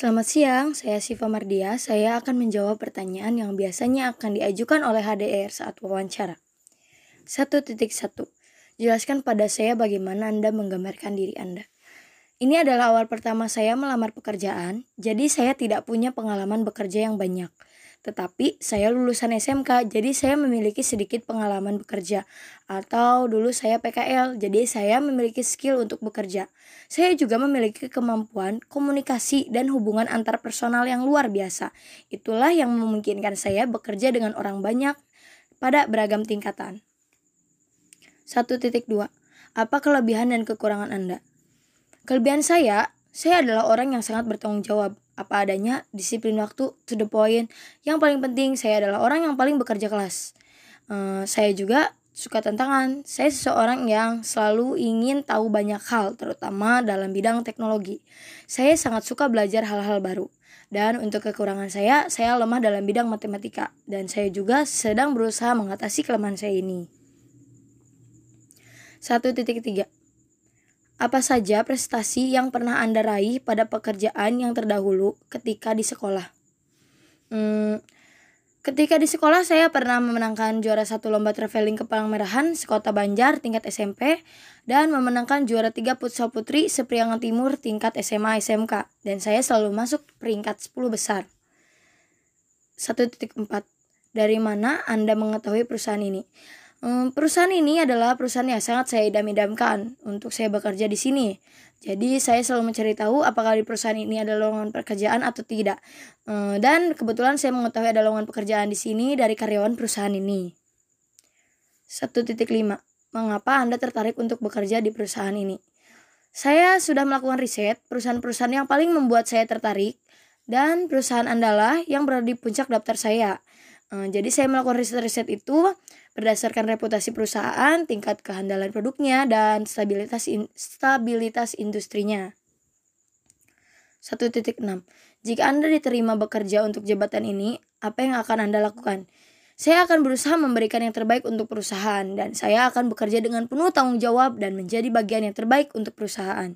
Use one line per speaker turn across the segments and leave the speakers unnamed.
Selamat siang, saya Siva Mardia. Saya akan menjawab pertanyaan yang biasanya akan diajukan oleh HDR saat wawancara. 1.1. Jelaskan pada saya bagaimana Anda menggambarkan diri Anda. Ini adalah awal pertama saya melamar pekerjaan, jadi saya tidak punya pengalaman bekerja yang banyak. Tetapi saya lulusan SMK, jadi saya memiliki sedikit pengalaman bekerja. Atau dulu saya PKL, jadi saya memiliki skill untuk bekerja. Saya juga memiliki kemampuan komunikasi dan hubungan antar personal yang luar biasa. Itulah yang memungkinkan saya bekerja dengan orang banyak pada beragam tingkatan. 1.2. Apa kelebihan dan kekurangan Anda? Kelebihan saya adalah orang yang sangat bertanggung jawab, apa adanya, disiplin waktu, to the point. Yang paling penting, saya adalah orang yang paling bekerja keras. Saya juga suka tantangan. Saya seseorang yang selalu ingin tahu banyak hal, terutama dalam bidang teknologi. Saya sangat suka belajar hal-hal baru. Dan untuk kekurangan saya lemah dalam bidang matematika. Dan saya juga sedang berusaha mengatasi kelemahan saya ini. 1.3. Apa saja prestasi yang pernah Anda raih pada pekerjaan yang terdahulu ketika di sekolah? Ketika di sekolah saya pernah memenangkan juara 1 lomba traveling ke Palangmerahan sekota Banjar tingkat SMP dan memenangkan juara 3 futsal putri Sepriangan Timur tingkat SMA SMK dan saya selalu masuk peringkat 10 besar. 1.4. Dari mana Anda mengetahui perusahaan ini? Perusahaan ini adalah perusahaan yang sangat saya idam-idamkan untuk saya bekerja di sini. Jadi saya selalu mencari tahu apakah di perusahaan ini ada lowongan pekerjaan atau tidak. Dan kebetulan saya mengetahui ada lowongan pekerjaan di sini dari karyawan perusahaan ini. 1.5. Mengapa Anda tertarik untuk bekerja di perusahaan ini? Saya sudah melakukan riset perusahaan-perusahaan yang paling membuat saya tertarik dan perusahaan andalah yang berada di puncak daftar saya. Jadi saya melakukan riset-riset itu berdasarkan reputasi perusahaan, tingkat kehandalan produknya, dan stabilitas industrinya. 1.6. Jika Anda diterima bekerja untuk jabatan ini, apa yang akan Anda lakukan? Saya akan berusaha memberikan yang terbaik untuk perusahaan, dan saya akan bekerja dengan penuh tanggung jawab dan menjadi bagian yang terbaik untuk perusahaan.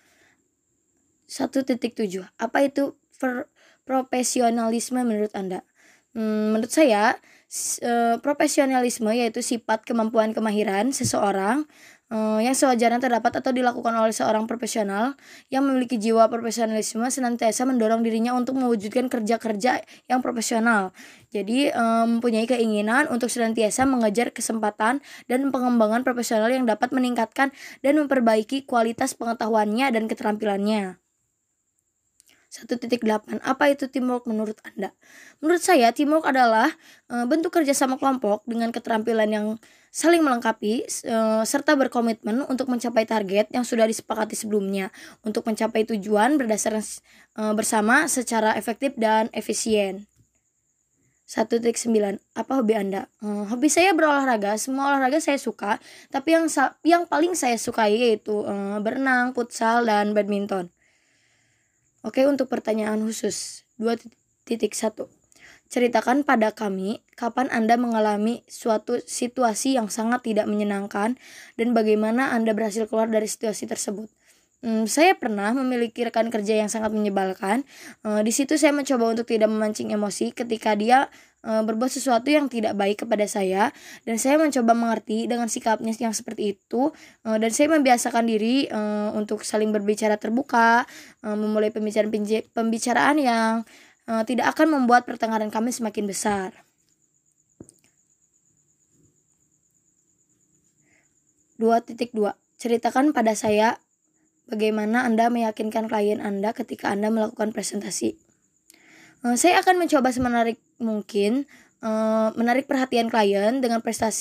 1.7. Apa itu profesionalisme menurut Anda? Menurut saya, profesionalisme yaitu sifat kemampuan kemahiran seseorang yang sewajarnya terdapat atau dilakukan oleh seorang profesional yang memiliki jiwa profesionalisme senantiasa mendorong dirinya untuk mewujudkan kerja-kerja yang profesional. Jadi mempunyai keinginan untuk senantiasa mengejar kesempatan dan pengembangan profesional yang dapat meningkatkan dan memperbaiki kualitas pengetahuannya dan keterampilannya. 1.8. Apa itu teamwork menurut Anda? Menurut saya, teamwork adalah bentuk kerjasama kelompok dengan keterampilan yang saling melengkapi serta berkomitmen untuk mencapai target yang sudah disepakati sebelumnya untuk mencapai tujuan berdasarkan bersama secara efektif dan efisien. 1.9. Apa hobi Anda? Hobi saya berolahraga. Semua olahraga saya suka, tapi yang paling saya sukai yaitu berenang, futsal, dan badminton. Oke, untuk pertanyaan khusus 2.1. Ceritakan pada kami kapan Anda mengalami suatu situasi yang sangat tidak menyenangkan dan bagaimana Anda berhasil keluar dari situasi tersebut. Saya pernah memiliki rekan kerja yang sangat menyebalkan. Di situ saya mencoba untuk tidak memancing emosi ketika dia berbuat sesuatu yang tidak baik kepada saya, dan saya mencoba mengerti dengan sikapnya yang seperti itu, dan saya membiasakan diri untuk saling berbicara terbuka, memulai pembicaraan yang tidak akan membuat pertengkaran kami semakin besar. 2.2. Ceritakan pada saya bagaimana Anda meyakinkan klien Anda ketika Anda melakukan presentasi. Saya akan mencoba semenarik mungkin menarik perhatian klien dengan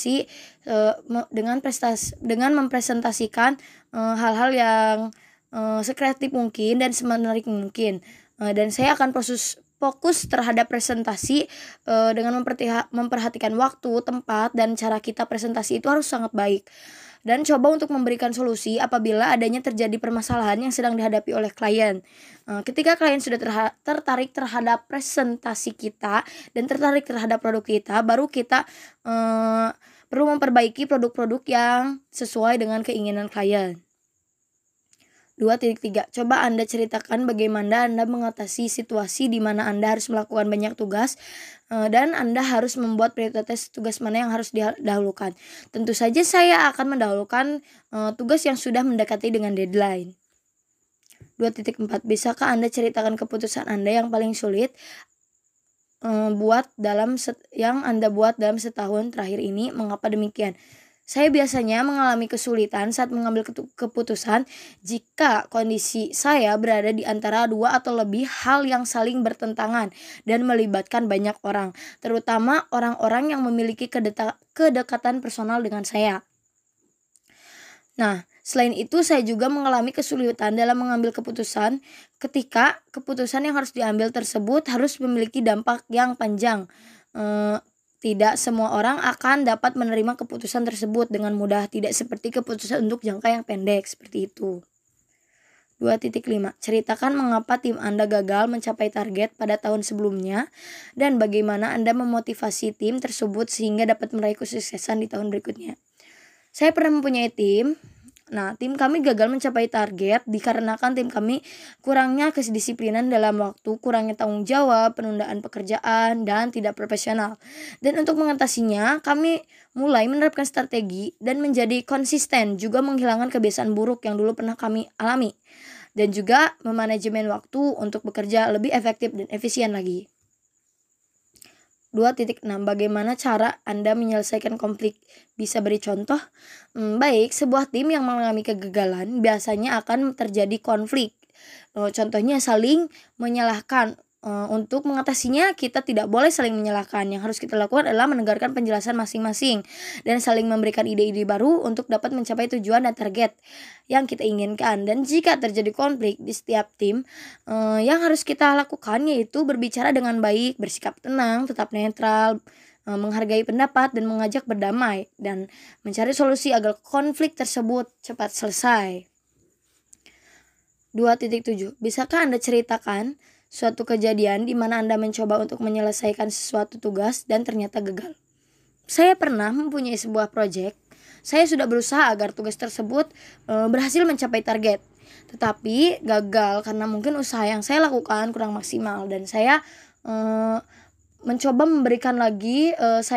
dengan mempresentasikan hal-hal yang sekreatif mungkin dan semenarik mungkin. Dan saya akan fokus terhadap presentasi dengan memperhatikan waktu, tempat, dan cara kita presentasi itu harus sangat baik. Dan coba untuk memberikan solusi apabila adanya terjadi permasalahan yang sedang dihadapi oleh klien. Ketika klien sudah tertarik terhadap presentasi kita dan tertarik terhadap produk kita, baru kita perlu memperbaiki produk-produk yang sesuai dengan keinginan klien. 2.3. Coba Anda ceritakan bagaimana Anda mengatasi situasi di mana Anda harus melakukan banyak tugas dan Anda harus membuat prioritas tugas mana yang harus didahulukan. Tentu saja saya akan mendahulukan tugas yang sudah mendekati dengan deadline. 2.4. Bisakah Anda ceritakan keputusan Anda yang paling sulit yang Anda buat dalam setahun terakhir ini? Mengapa demikian? Saya biasanya mengalami kesulitan saat mengambil keputusan jika kondisi saya berada di antara dua atau lebih hal yang saling bertentangan dan melibatkan banyak orang, terutama orang-orang yang memiliki kedekatan personal dengan saya. Nah, selain itu saya juga mengalami kesulitan dalam mengambil keputusan ketika keputusan yang harus diambil tersebut harus memiliki dampak yang panjang. Tidak semua orang akan dapat menerima keputusan tersebut dengan mudah, tidak seperti keputusan untuk jangka yang pendek, seperti itu. 2.5. Ceritakan mengapa tim Anda gagal mencapai target pada tahun sebelumnya dan bagaimana Anda memotivasi tim tersebut sehingga dapat meraih kesuksesan di tahun berikutnya. Saya pernah mempunyai tim. Nah, tim kami gagal mencapai target dikarenakan tim kami kurangnya kedisiplinan dalam waktu, kurangnya tanggung jawab, penundaan pekerjaan, dan tidak profesional. Dan untuk mengatasinya, kami mulai menerapkan strategi dan menjadi konsisten, juga menghilangkan kebiasaan buruk yang dulu pernah kami alami. Dan juga memanajemen waktu untuk bekerja lebih efektif dan efisien lagi. 2.6. Bagaimana cara Anda menyelesaikan konflik? Bisa beri contoh? Baik, sebuah tim yang mengalami kegagalan biasanya akan terjadi konflik. Contohnya saling menyalahkan. Untuk mengatasinya kita tidak boleh saling menyalahkan. Yang harus kita lakukan adalah mendengarkan penjelasan masing-masing dan saling memberikan ide-ide baru untuk dapat mencapai tujuan dan target yang kita inginkan. Dan jika terjadi konflik di setiap tim, yang harus kita lakukan yaitu berbicara dengan baik, bersikap tenang, tetap netral, menghargai pendapat dan mengajak berdamai dan mencari solusi agar konflik tersebut cepat selesai. 2.7. Bisakah Anda ceritakan suatu kejadian di mana Anda mencoba untuk menyelesaikan sesuatu tugas dan ternyata gagal? Saya pernah mempunyai sebuah proyek. Saya sudah berusaha agar tugas tersebut berhasil mencapai target, tetapi gagal karena mungkin usaha yang saya lakukan kurang maksimal dan saya mencoba memberikan lagi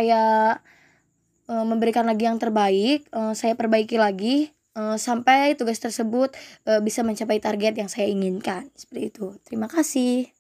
yang terbaik. Saya perbaiki lagi sampai tugas tersebut bisa mencapai target yang saya inginkan. Seperti itu. Terima kasih.